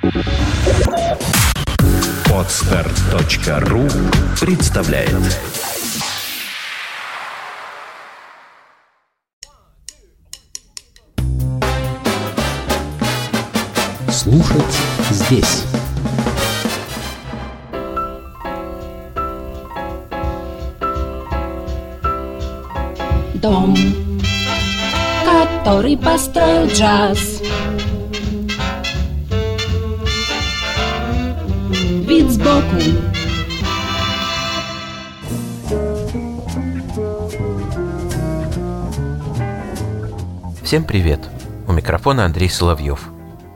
Podster.ru представляет. Слушать здесь. Дом, который построил джаз. Вид сбоку. Всем привет! У микрофона Андрей Соловьев.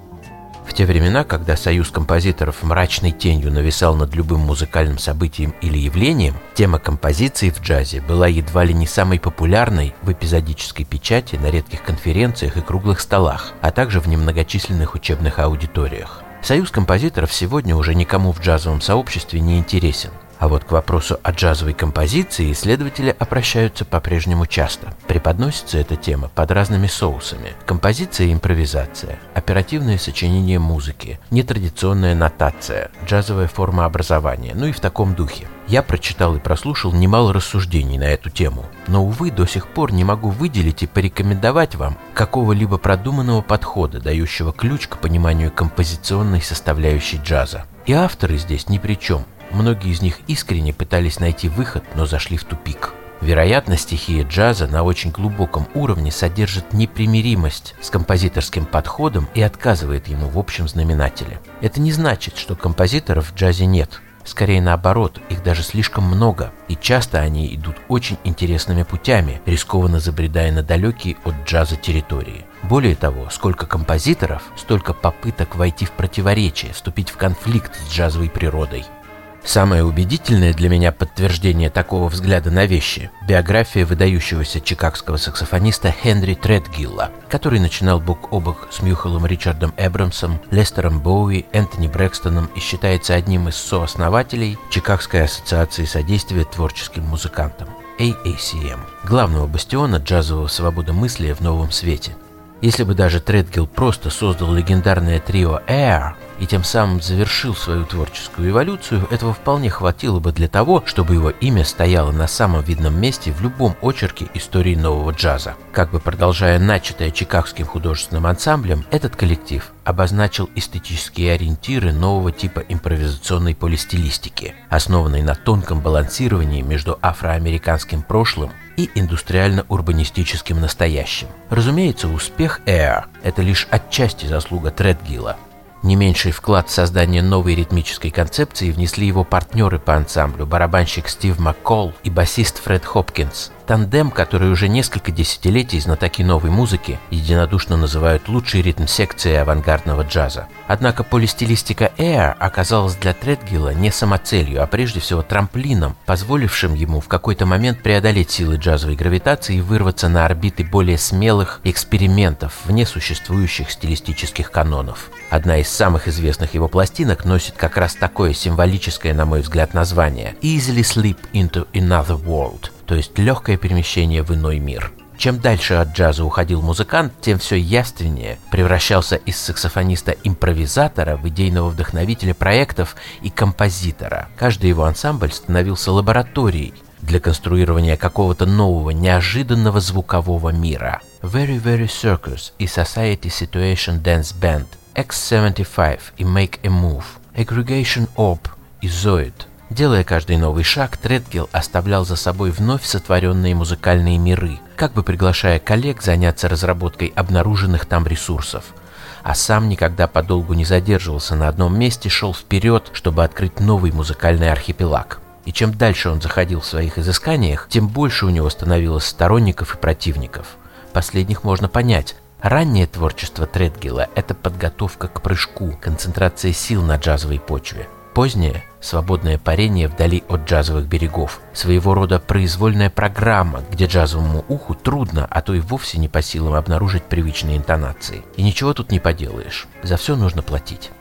В те времена, когда союз композиторов мрачной тенью нависал над любым музыкальным событием или явлением, тема композиции в джазе была едва ли не самой популярной в эпизодической печати, на редких конференциях и круглых столах, а также в немногочисленных учебных аудиториях. Союз композиторов сегодня уже никому в джазовом сообществе не интересен. А вот к вопросу о джазовой композиции исследователи обращаются по-прежнему часто. Преподносится эта тема под разными соусами. Композиция и импровизация, оперативное сочинение музыки, нетрадиционная нотация, джазовая форма образования, ну и в таком духе. Я прочитал и прослушал немало рассуждений на эту тему, но, увы, до сих пор не могу выделить и порекомендовать вам какого-либо продуманного подхода, дающего ключ к пониманию композиционной составляющей джаза. И авторы здесь ни при чем. Многие из них искренне пытались найти выход, но зашли в тупик. Вероятно, стихия джаза на очень глубоком уровне содержит непримиримость с композиторским подходом и отказывает ему в общем знаменателе. Это не значит, что композиторов в джазе нет. Скорее наоборот, их даже слишком много, и часто они идут очень интересными путями, рискованно забредая на далекие от джаза территории. Более того, сколько композиторов, столько попыток войти в противоречие, вступить в конфликт с джазовой природой. Самое убедительное для меня подтверждение такого взгляда на вещи – биография выдающегося чикагского саксофониста Хенри Тредгилла, который начинал бок о бок с Мюхелом Ричардом Эбрамсом, Лестером Боуи, Энтони Брэкстоном и считается одним из сооснователей Чикагской ассоциации содействия творческим музыкантам – AACM, главного бастиона джазового свободомыслия в новом свете. Если бы даже Тредгилл просто создал легендарное трио Air и тем самым завершил свою творческую эволюцию, этого вполне хватило бы для того, чтобы его имя стояло на самом видном месте в любом очерке истории нового джаза. Как бы продолжая начатое Чикагским художественным ансамблем, этот коллектив обозначил эстетические ориентиры нового типа импровизационной полистилистики, основанной на тонком балансировании между афроамериканским прошлым и индустриально-урбанистическим настоящим. Разумеется, успех Air – это лишь отчасти заслуга Тредгилла. Не меньший вклад в создание новой ритмической концепции внесли его партнеры по ансамблю, барабанщик Стив Маккол и басист Фред Хопкинс. Тандем, который уже несколько десятилетий знатоки новой музыки единодушно называют лучшей ритм-секцией авангардного джаза. Однако полистилистика Air оказалась для Тредгилла не самоцелью, а прежде всего трамплином, позволившим ему в какой-то момент преодолеть силы джазовой гравитации и вырваться на орбиты более смелых экспериментов вне существующих стилистических канонов. Одна из самых известных его пластинок носит как раз такое символическое, на мой взгляд, название «Easily Slip into Another World», то есть легкое перемещение в иной мир. Чем дальше от джаза уходил музыкант, тем все явственнее превращался из саксофониста-импровизатора в идейного вдохновителя проектов и композитора. Каждый его ансамбль становился лабораторией для конструирования какого-то нового, неожиданного звукового мира. Very Very Circus и Society Situation Dance Band, X75 и Make a Move, Aggregation Orb и Zoid. Делая каждый новый шаг, Тредгилл оставлял за собой вновь сотворенные музыкальные миры, как бы приглашая коллег заняться разработкой обнаруженных там ресурсов. А сам никогда подолгу не задерживался на одном месте, шел вперед, чтобы открыть новый музыкальный архипелаг. И чем дальше он заходил в своих изысканиях, тем больше у него становилось сторонников и противников. Последних можно понять. Раннее творчество Тредгилла – это подготовка к прыжку, концентрация сил на джазовой почве. Позднее – свободное парение вдали от джазовых берегов, своего рода произвольная программа, где джазовому уху трудно, а то и вовсе не по силам обнаружить привычные интонации. И ничего тут не поделаешь, за все нужно платить.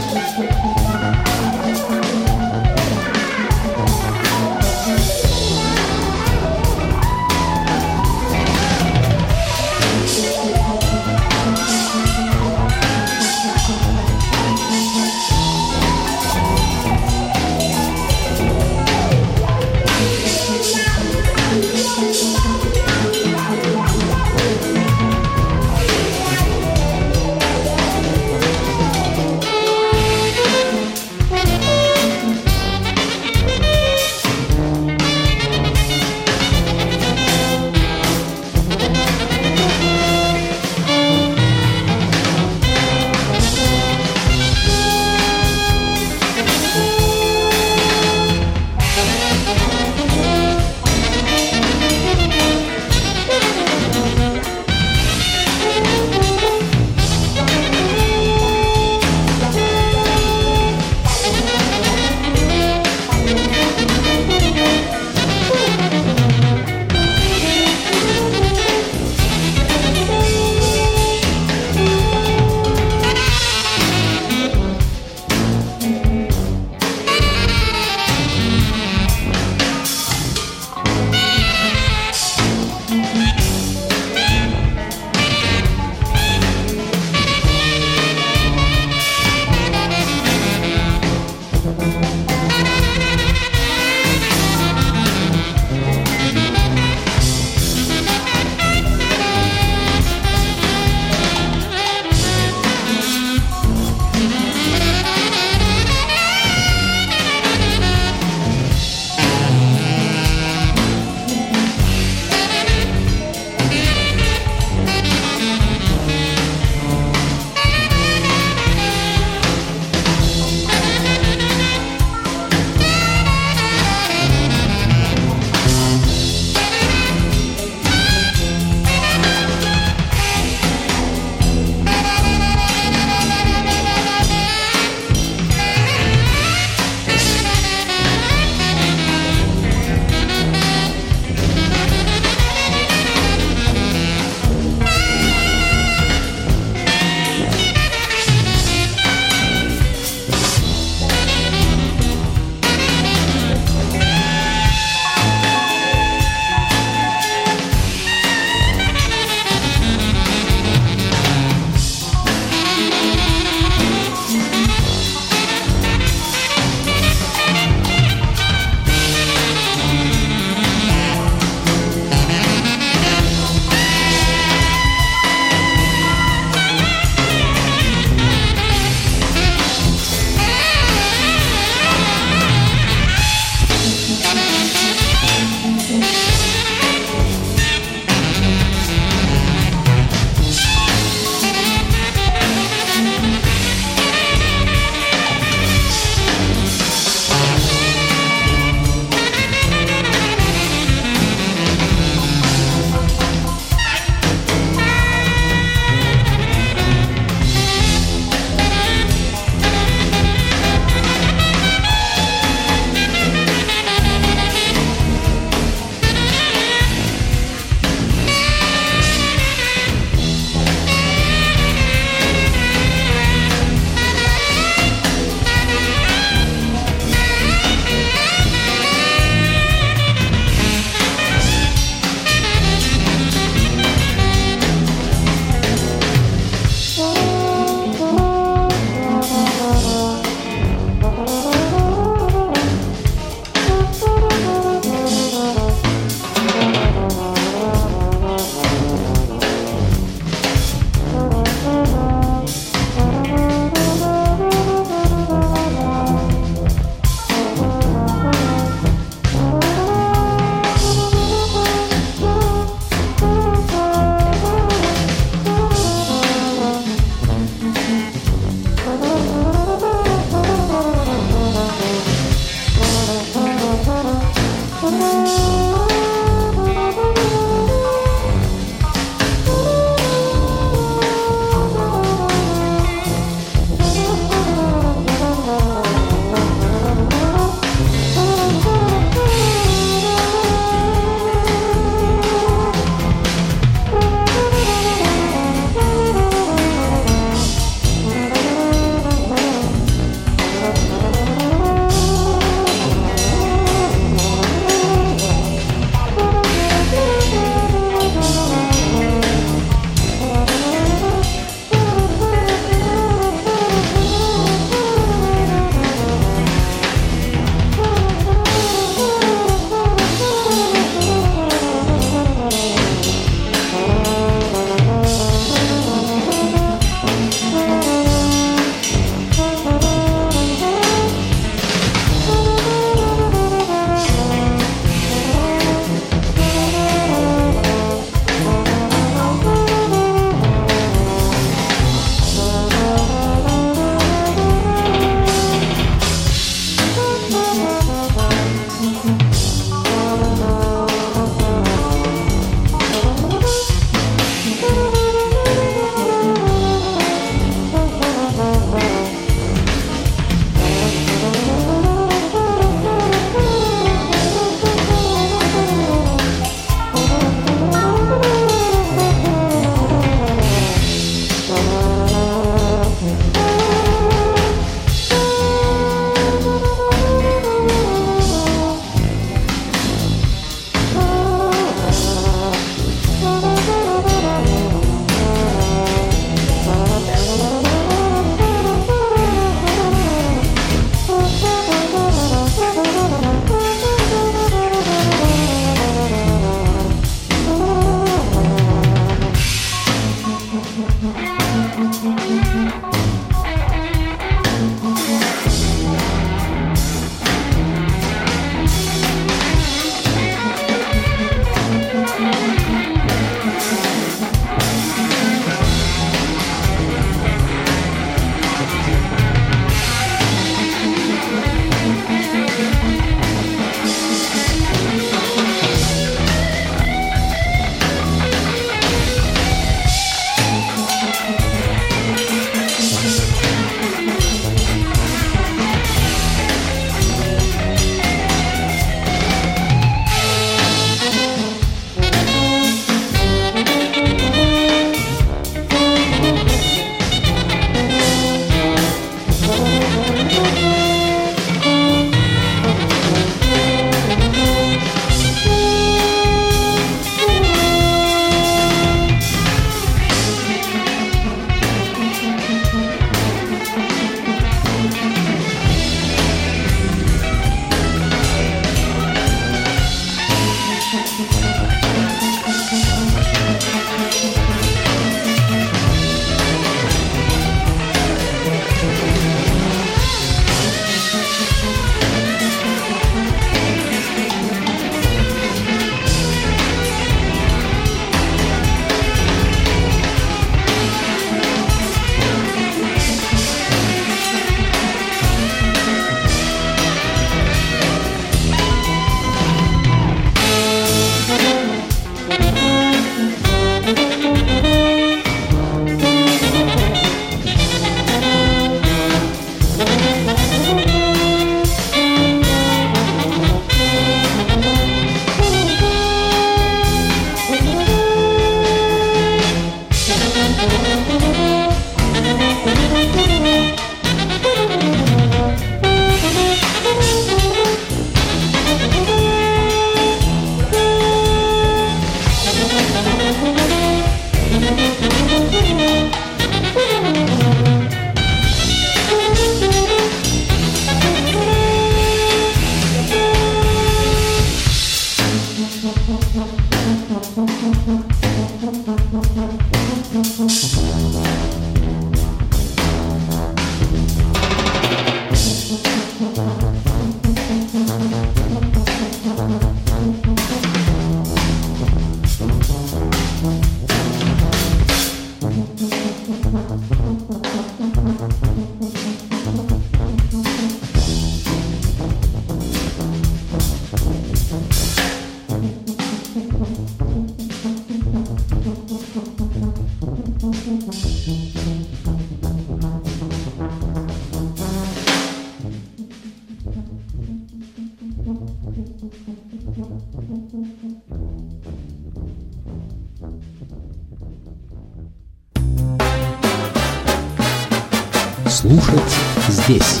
Слушать здесь.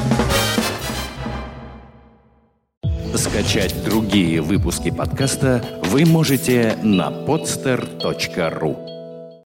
Скачать другие выпуски подкаста вы можете на podster.ru.